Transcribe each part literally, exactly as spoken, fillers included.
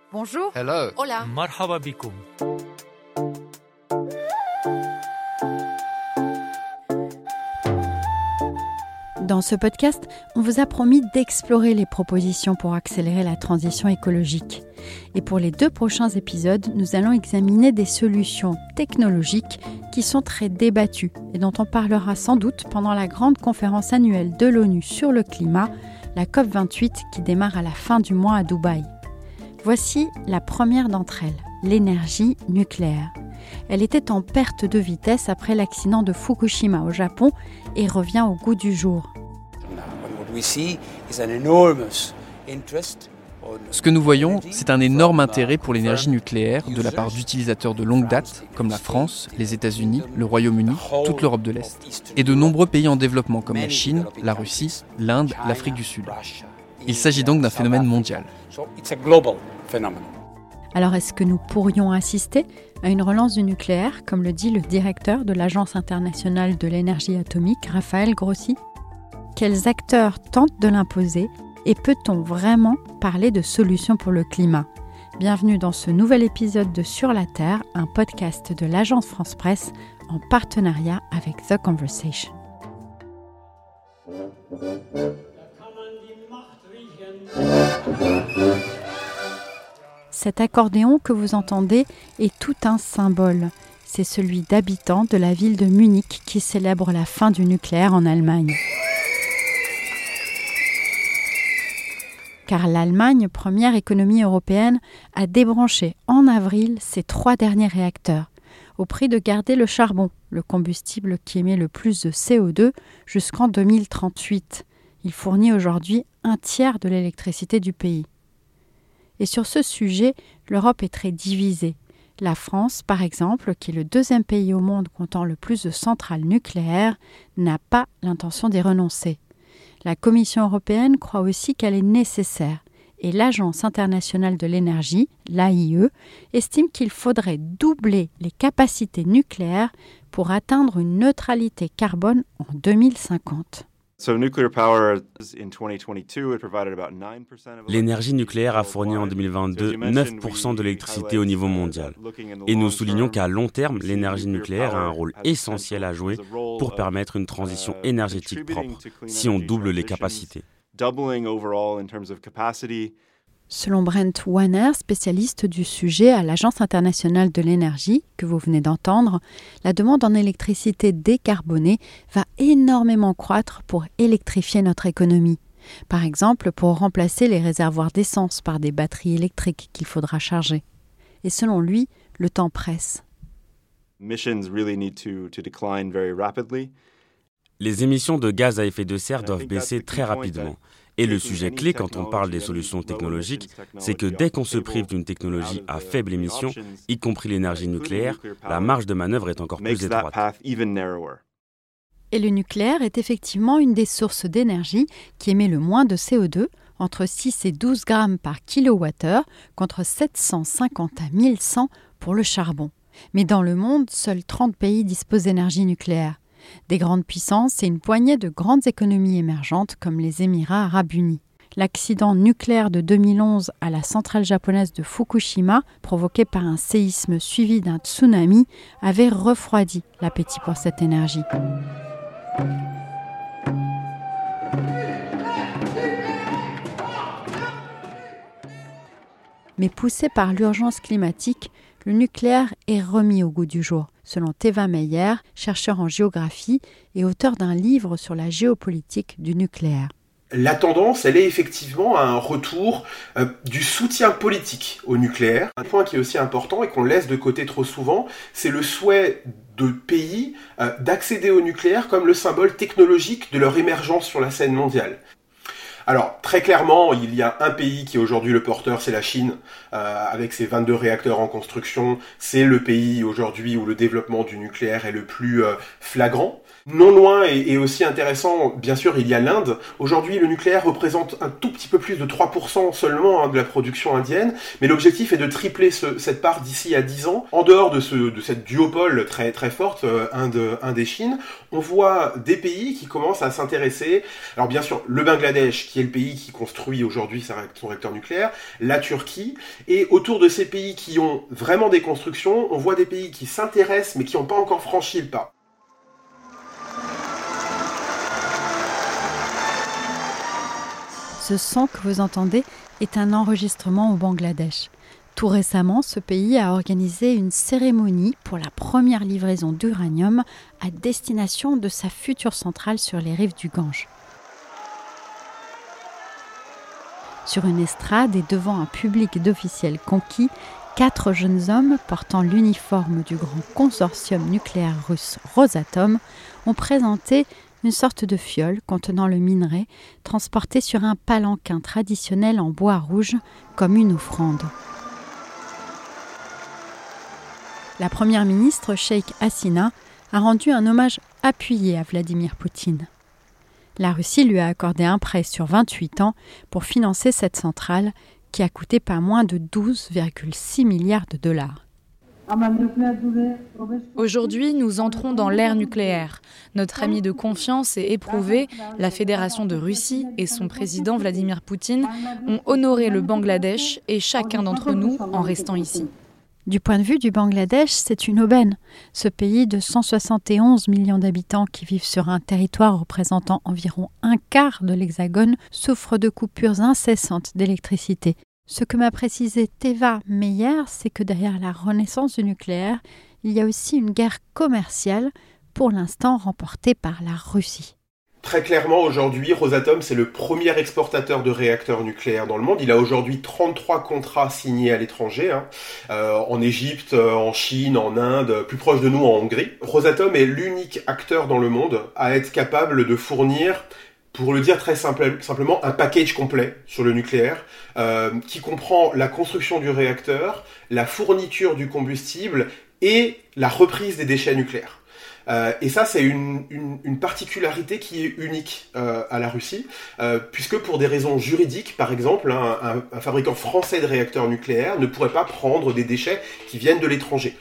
Bonjour. Hello. Hola. مرحبا بكم. Dans ce podcast, on vous a promis d'explorer les propositions pour accélérer la transition écologique. Et pour les deux prochains épisodes, nous allons examiner des solutions technologiques qui sont très débattues et dont on parlera sans doute pendant la grande conférence annuelle de l'ONU sur le climat, la COP vingt-huit, qui démarre à la fin du mois à Dubaï. Voici la première d'entre elles, l'énergie nucléaire. Elle était en perte de vitesse après l'accident de Fukushima au Japon et revient au goût du jour. Ce que nous voyons, c'est un énorme intérêt pour l'énergie nucléaire de la part d'utilisateurs de longue date, comme la France, les États-Unis, le Royaume-Uni, toute l'Europe de l'Est, et de nombreux pays en développement comme la Chine, la Russie, l'Inde, l'Afrique du Sud. Il s'agit donc d'un phénomène mondial. Alors est-ce que nous pourrions assister à une relance du nucléaire, comme le dit le directeur de l'Agence internationale de l'énergie atomique, Raphaël Grossi ? Quels acteurs tentent de l'imposer et peut-on vraiment parler de solutions pour le climat ? Bienvenue dans ce nouvel épisode de Sur la Terre, un podcast de l'Agence France Presse en partenariat avec The Conversation. Cet accordéon que vous entendez est tout un symbole. C'est celui d'habitants de la ville de Munich qui célèbre la fin du nucléaire en Allemagne. Car l'Allemagne, première économie européenne, a débranché en avril ses trois derniers réacteurs, au prix de garder le charbon, le combustible qui émet le plus de C O deux, jusqu'en deux mille trente-huit. Il fournit aujourd'hui un tiers de l'électricité du pays. Et sur ce sujet, l'Europe est très divisée. La France, par exemple, qui est le deuxième pays au monde comptant le plus de centrales nucléaires, n'a pas l'intention d'y renoncer. La Commission européenne croit aussi qu'elle est nécessaire et l'Agence internationale de l'énergie, l'A I E, estime qu'il faudrait doubler les capacités nucléaires pour atteindre une neutralité carbone en deux mille cinquante. L'énergie nucléaire a fourni en deux mille vingt-deux neuf pour cent de l'électricité au niveau mondial. Et nous soulignons qu'à long terme, l'énergie nucléaire a un rôle essentiel à jouer pour permettre une transition énergétique propre, si on double les capacités. Selon Brent Warner, spécialiste du sujet à l'Agence internationale de l'énergie, que vous venez d'entendre, la demande en électricité décarbonée va énormément croître pour électrifier notre économie. Par exemple, pour remplacer les réservoirs d'essence par des batteries électriques qu'il faudra charger. Et selon lui, le temps presse. Les émissions de gaz à effet de serre doivent baisser très rapidement. Et le sujet clé quand on parle des solutions technologiques, c'est que dès qu'on se prive d'une technologie à faible émission, y compris l'énergie nucléaire, la marge de manœuvre est encore plus étroite. Et le nucléaire est effectivement une des sources d'énergie qui émet le moins de C O deux, entre six et douze grammes par kilowattheure, contre sept cent cinquante à mille cent pour le charbon. Mais dans le monde, seuls trente pays disposent d'énergie nucléaire. Des grandes puissances et une poignée de grandes économies émergentes comme les Émirats arabes unis. L'accident nucléaire de deux mille onze à la centrale japonaise de Fukushima, provoqué par un séisme suivi d'un tsunami, avait refroidi l'appétit pour cette énergie. Mais poussé par l'urgence climatique, le nucléaire est remis au goût du jour, selon Teva Meyer, chercheur en géographie et auteur d'un livre sur la géopolitique du nucléaire. La tendance, elle est effectivement à un retour euh, du soutien politique au nucléaire. Un point qui est aussi important et qu'on laisse de côté trop souvent, c'est le souhait de pays euh, d'accéder au nucléaire comme le symbole technologique de leur émergence sur la scène mondiale. Alors, très clairement, il y a un pays qui est aujourd'hui le porteur, c'est la Chine, euh, avec ses vingt-deux réacteurs en construction. C'est le pays aujourd'hui où le développement du nucléaire est le plus euh, flagrant. Non loin et, et aussi intéressant, bien sûr, il y a l'Inde. Aujourd'hui, le nucléaire représente un tout petit peu plus de trois pour cent seulement hein, de la production indienne, mais l'objectif est de tripler ce, cette part d'ici à dix ans. En dehors de, ce, de cette duopole très, très forte, euh, Inde, Inde et Chine, on voit des pays qui commencent à s'intéresser. Alors bien sûr, le Bangladesh, qui qui est le pays qui construit aujourd'hui son réacteur nucléaire, la Turquie, et autour de ces pays qui ont vraiment des constructions, on voit des pays qui s'intéressent mais qui n'ont pas encore franchi le pas. Ce son que vous entendez est un enregistrement au Bangladesh. Tout récemment, ce pays a organisé une cérémonie pour la première livraison d'uranium à destination de sa future centrale sur les rives du Gange. Sur une estrade et devant un public d'officiels conquis, quatre jeunes hommes portant l'uniforme du grand consortium nucléaire russe Rosatom ont présenté une sorte de fiole contenant le minerai transporté sur un palanquin traditionnel en bois rouge comme une offrande. La première ministre, Sheikh Hasina, a rendu un hommage appuyé à Vladimir Poutine. La Russie lui a accordé un prêt sur vingt-huit ans pour financer cette centrale qui a coûté pas moins de douze virgule six milliards de dollars. Aujourd'hui, nous entrons dans l'ère nucléaire. Notre ami de confiance et éprouvé, la Fédération de Russie et son président Vladimir Poutine ont honoré le Bangladesh et chacun d'entre nous en restant ici. Du point de vue du Bangladesh, c'est une aubaine. Ce pays de cent soixante et onze millions d'habitants qui vivent sur un territoire représentant environ un quart de l'Hexagone souffre de coupures incessantes d'électricité. Ce que m'a précisé Teva Meyer, c'est que derrière la renaissance du nucléaire, il y a aussi une guerre commerciale, pour l'instant remportée par la Russie. Très clairement, aujourd'hui, Rosatom, c'est le premier exportateur de réacteurs nucléaires dans le monde. Il a aujourd'hui trente-trois contrats signés à l'étranger, hein, euh, en Égypte, en Chine, en Inde, plus proche de nous, en Hongrie. Rosatom est l'unique acteur dans le monde à être capable de fournir, pour le dire très simple, simplement, un package complet sur le nucléaire, euh, qui comprend la construction du réacteur, la fourniture du combustible et la reprise des déchets nucléaires. Euh, et ça, c'est une, une, une particularité qui est unique euh, à la Russie, euh, puisque pour des raisons juridiques, par exemple, un, un, un fabricant français de réacteurs nucléaires ne pourrait pas prendre des déchets qui viennent de l'étranger.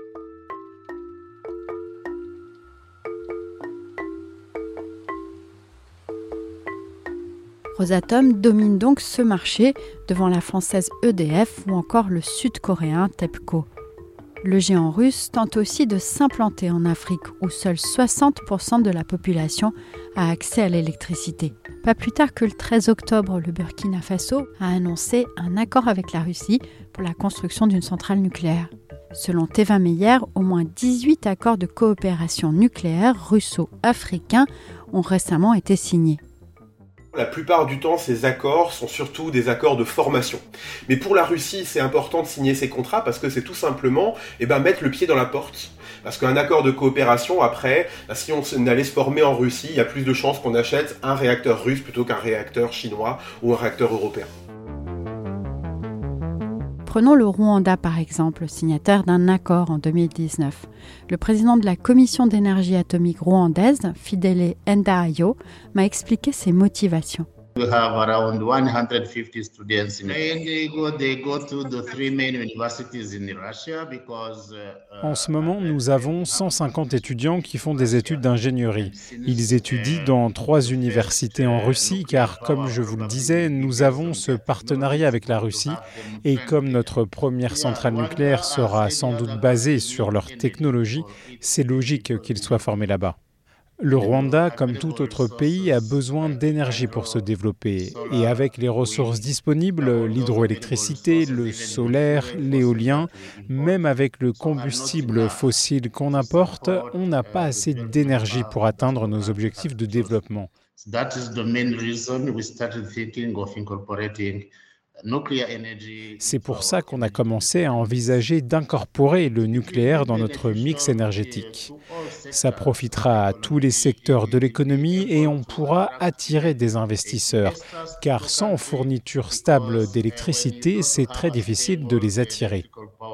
Rosatom domine donc ce marché devant la française E D F ou encore le sud-coréen TEPCO. Le géant russe tente aussi de s'implanter en Afrique où seuls soixante pour cent de la population a accès à l'électricité. Pas plus tard que le treize octobre, le Burkina Faso a annoncé un accord avec la Russie pour la construction d'une centrale nucléaire. Selon Teva Meyer, au moins dix-huit accords de coopération nucléaire russo-africains ont récemment été signés. La plupart du temps, ces accords sont surtout des accords de formation. Mais pour la Russie, c'est important de signer ces contrats parce que c'est tout simplement eh ben, mettre le pied dans la porte. Parce qu'un accord de coopération, après, si on allait se former en Russie, il y a plus de chances qu'on achète un réacteur russe plutôt qu'un réacteur chinois ou un réacteur européen. Prenons le Rwanda par exemple, signataire d'un accord en deux mille dix-neuf. Le président de la Commission d'énergie atomique rwandaise, Fidele Ndahayo, m'a expliqué ses motivations. We have around one hundred fifty students in they go, they go to the three main universities in Russia because uh, En ce moment, nous avons cent cinquante étudiants qui font des études d'ingénierie. Ils étudient dans trois universités en Russie car, comme je vous le disais, nous avons ce partenariat avec la Russie et comme notre première centrale nucléaire sera sans doute basée sur leur technologie, c'est logique qu'ils soient formés là-bas. Le Rwanda, comme tout autre pays, a besoin d'énergie pour se développer. Et avec les ressources disponibles, l'hydroélectricité, le solaire, l'éolien, même avec le combustible fossile qu'on importe, on n'a pas assez d'énergie pour atteindre nos objectifs de développement. C'est pour ça qu'on a commencé à envisager d'incorporer le nucléaire dans notre mix énergétique. Ça profitera à tous les secteurs de l'économie et on pourra attirer des investisseurs, car sans fourniture stable d'électricité, c'est très difficile de les attirer.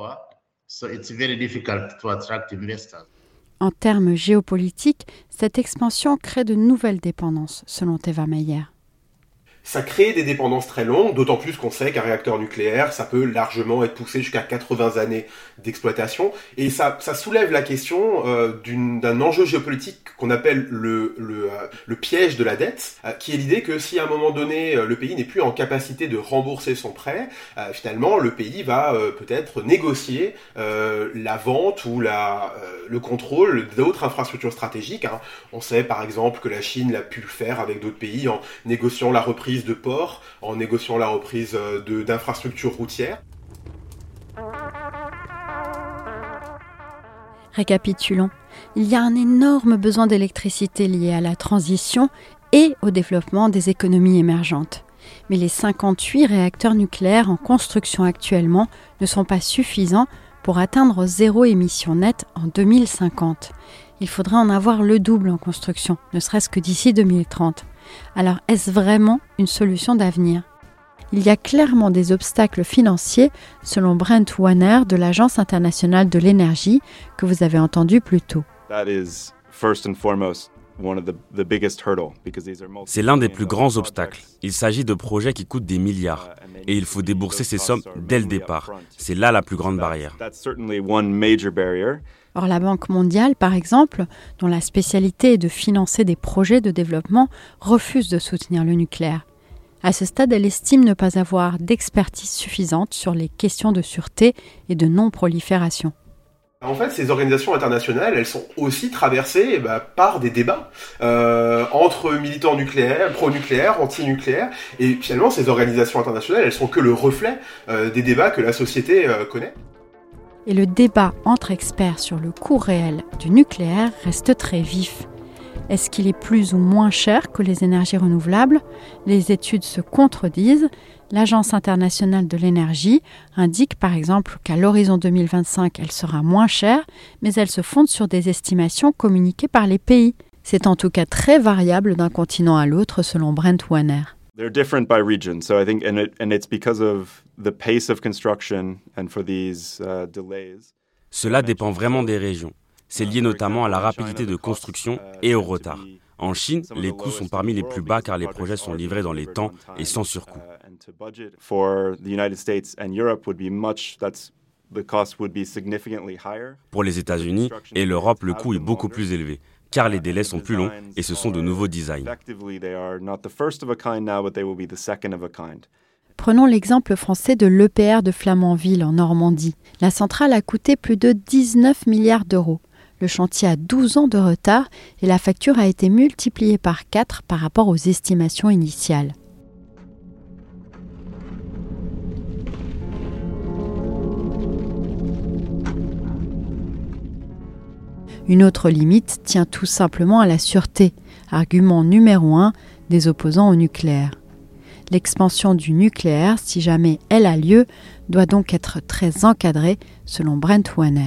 En termes géopolitiques, cette expansion crée de nouvelles dépendances, selon Teva Meyer. ça crée des dépendances très longues, d'autant plus qu'on sait qu'un réacteur nucléaire, ça peut largement être poussé jusqu'à quatre-vingts années d'exploitation. Et ça, ça soulève la question euh, d'une, d'un enjeu géopolitique qu'on appelle le, le, euh, le piège de la dette, euh, qui est l'idée que si à un moment donné, euh, le pays n'est plus en capacité de rembourser son prêt, euh, finalement, le pays va euh, peut-être négocier euh, la vente ou la, euh, le contrôle d'autres infrastructures stratégiques. Hein. On sait par exemple que la Chine l'a pu le faire avec d'autres pays en négociant la reprise de ports, en négociant la reprise de, d'infrastructures routières. Récapitulons. Il y a un énorme besoin d'électricité lié à la transition et au développement des économies émergentes. Mais les cinquante-huit réacteurs nucléaires en construction actuellement ne sont pas suffisants pour atteindre zéro émission nette en deux mille cinquante. Il faudrait en avoir le double en construction, ne serait-ce que d'ici deux mille trente. Alors, est-ce vraiment une solution d'avenir ? Il y a clairement des obstacles financiers, selon Brent Warner de l'Agence internationale de l'énergie, que vous avez entendu plus tôt. C'est l'un des plus grands obstacles. Il s'agit de projets qui coûtent des milliards. Et il faut débourser ces sommes dès le départ. C'est là la plus grande barrière. Or, la Banque mondiale, par exemple, dont la spécialité est de financer des projets de développement, refuse de soutenir le nucléaire. À ce stade, elle estime ne pas avoir d'expertise suffisante sur les questions de sûreté et de non-prolifération. En fait, ces organisations internationales, elles sont aussi traversées bah, par des débats euh, entre militants nucléaires, pro-nucléaires, anti-nucléaires. Et finalement, ces organisations internationales, elles sont que le reflet euh, des débats que la société euh, connaît. Et le débat entre experts sur le coût réel du nucléaire reste très vif. Est-ce qu'il est plus ou moins cher que les énergies renouvelables ? Les études se contredisent. L'Agence internationale de l'énergie indique par exemple qu'à l'horizon deux mille vingt-cinq, elle sera moins chère, mais elle se fonde sur des estimations communiquées par les pays. C'est en tout cas très variable d'un continent à l'autre selon Brent Warner. They're different by region, so I think, and, it, and it's because of the pace of construction and for these uh, delays. Cela dépend vraiment des régions. C'est lié notamment à la rapidité de construction et au retard. En Chine, les coûts sont parmi les plus bas car les projets sont livrés dans les temps et sans surcoût. Pour les États-Unis et l'Europe, le coût est beaucoup plus élevé, car les délais sont plus longs et ce sont de nouveaux designs. Prenons l'exemple français de l'E P R de Flamanville en Normandie. La centrale a coûté plus de dix-neuf milliards d'euros. Le chantier a douze ans de retard et la facture a été multipliée par quatre par rapport aux estimations initiales. Une autre limite tient tout simplement à la sûreté, argument numéro un des opposants au nucléaire. L'expansion du nucléaire, si jamais elle a lieu, doit donc être très encadrée, selon Brent Warner.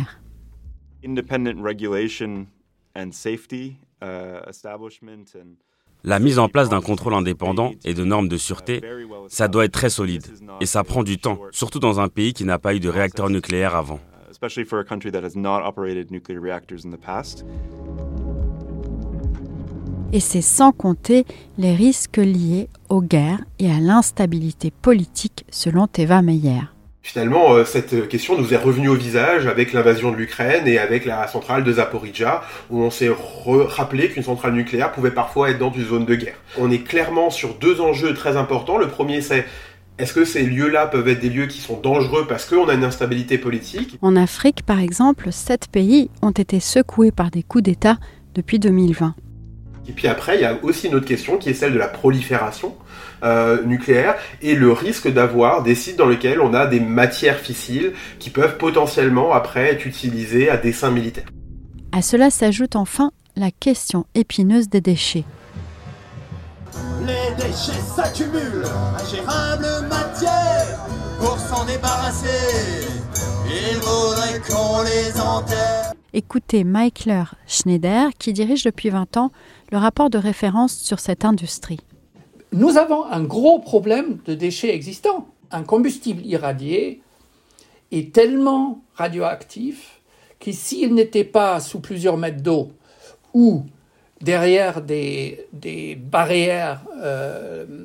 La mise en place d'un contrôle indépendant et de normes de sûreté, ça doit être très solide. Et ça prend du temps, surtout dans un pays qui n'a pas eu de réacteur nucléaire avant. Et c'est sans compter les risques liés aux guerres et à l'instabilité politique, selon Teva Meyer. Finalement, cette question nous est revenue au visage avec l'invasion de l'Ukraine et avec la centrale de Zaporijjia, où on s'est rappelé qu'une centrale nucléaire pouvait parfois être dans une zone de guerre. On est clairement sur deux enjeux très importants. Le premier, c'est est-ce que ces lieux-là peuvent être des lieux qui sont dangereux parce qu'on a une instabilité politique ? En Afrique, par exemple, sept pays ont été secoués par des coups d'État depuis deux mille vingt. Et puis après, il y a aussi une autre question qui est celle de la prolifération euh, nucléaire et le risque d'avoir des sites dans lesquels on a des matières fissiles qui peuvent potentiellement après être utilisées à des fins militaires. À cela s'ajoute enfin la question épineuse des déchets. Les déchets s'accumulent, ingérable matière, pour s'en débarrasser, il faudrait qu'on les enterre. Écoutez Michael Schneider, qui dirige depuis vingt ans le rapport de référence sur cette industrie. Nous avons un gros problème de déchets existants. Un combustible irradié est tellement radioactif que s'il n'était pas sous plusieurs mètres d'eau ou derrière des, des barrières euh,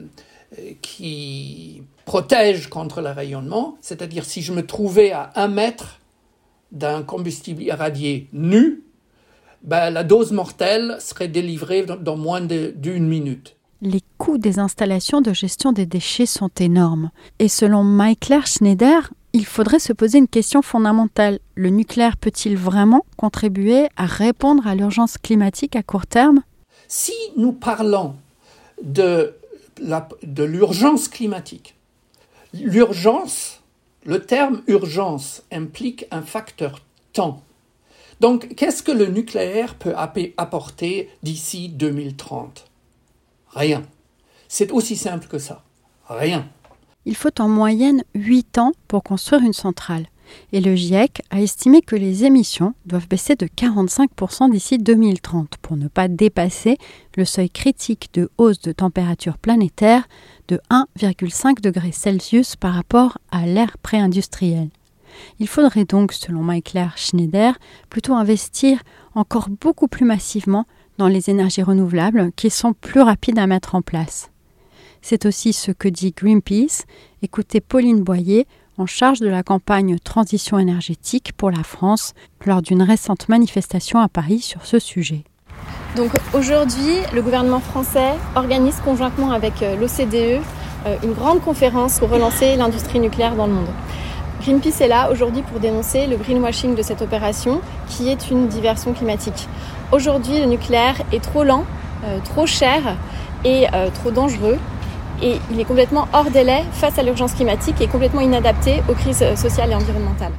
qui protège contre le rayonnement, c'est-à-dire si je me trouvais à un mètre d'un combustible irradié nu, ben, la dose mortelle serait délivrée dans, dans moins de, d'une minute. Les coûts des installations de gestion des déchets sont énormes. Et selon Marie-Claire Schneider, il faudrait se poser une question fondamentale. Le nucléaire peut-il vraiment contribuer à répondre à l'urgence climatique à court terme ? Si nous parlons de, la, de l'urgence climatique, l'urgence, le terme urgence implique un facteur temps. Donc, qu'est-ce que le nucléaire peut apporter d'ici deux mille trente ? Rien. C'est aussi simple que ça. Rien. Il faut en moyenne huit ans pour construire une centrale. Et le GIEC a estimé que les émissions doivent baisser de quarante-cinq pour cent d'ici deux mille trente pour ne pas dépasser le seuil critique de hausse de température planétaire de un virgule cinq degrés Celsius par rapport à l'ère pré-industrielle. Il faudrait donc, selon Marie-Claire Schneider, plutôt investir encore beaucoup plus massivement dans les énergies renouvelables qui sont plus rapides à mettre en place. C'est aussi ce que dit Greenpeace. Écoutez Pauline Boyer, en charge de la campagne Transition énergétique pour la France, lors d'une récente manifestation à Paris sur ce sujet. Donc aujourd'hui, le gouvernement français organise conjointement avec l'O C D E une grande conférence pour relancer l'industrie nucléaire dans le monde. Greenpeace est là aujourd'hui pour dénoncer le greenwashing de cette opération qui est une diversion climatique. Aujourd'hui, le nucléaire est trop lent, euh, trop cher et euh, trop dangereux. Et il est complètement hors délai face à l'urgence climatique et complètement inadapté aux crises sociales et environnementales.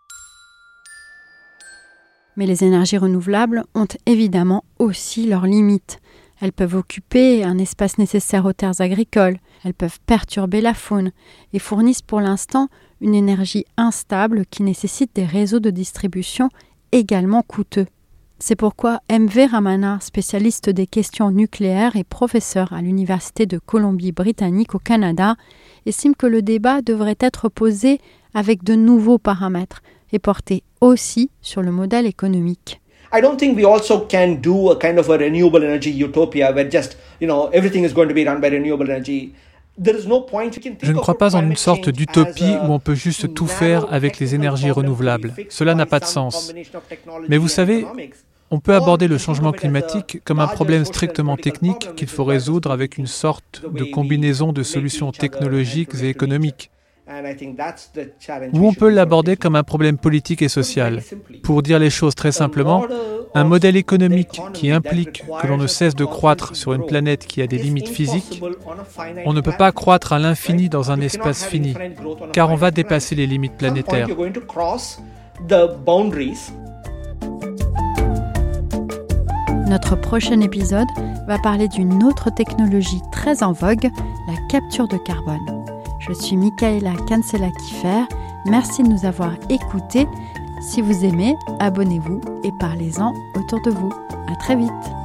Mais les énergies renouvelables ont évidemment aussi leurs limites. Elles peuvent occuper un espace nécessaire aux terres agricoles, elles peuvent perturber la faune et fournissent pour l'instant une énergie instable qui nécessite des réseaux de distribution également coûteux. C'est pourquoi M V Ramana, spécialiste des questions nucléaires et professeur à l'Université de Colombie-Britannique au Canada, estime que le débat devrait être posé avec de nouveaux paramètres et porter aussi sur le modèle économique. I don't think we also can do a kind of a renewable energy utopia where just, you know, everything is going to be run by renewable energy. Je ne crois pas en une sorte d'utopie où on peut juste tout faire avec les énergies renouvelables. Cela n'a pas de sens. Mais vous savez, on peut aborder le changement climatique comme un problème strictement technique qu'il faut résoudre avec une sorte de combinaison de solutions technologiques et économiques. Ou on peut l'aborder comme un problème politique et social. Pour dire les choses très simplement, un modèle économique qui implique que l'on ne cesse de croître sur une planète qui a des limites physiques, on ne peut pas croître à l'infini dans un espace fini, car on va dépasser les limites planétaires. Notre prochain épisode va parler d'une autre technologie très en vogue, la capture de carbone. Je suis Michaela Cancela-Kiffer. Merci de nous avoir écoutés. Si vous aimez, abonnez-vous et parlez-en autour de vous. À très vite.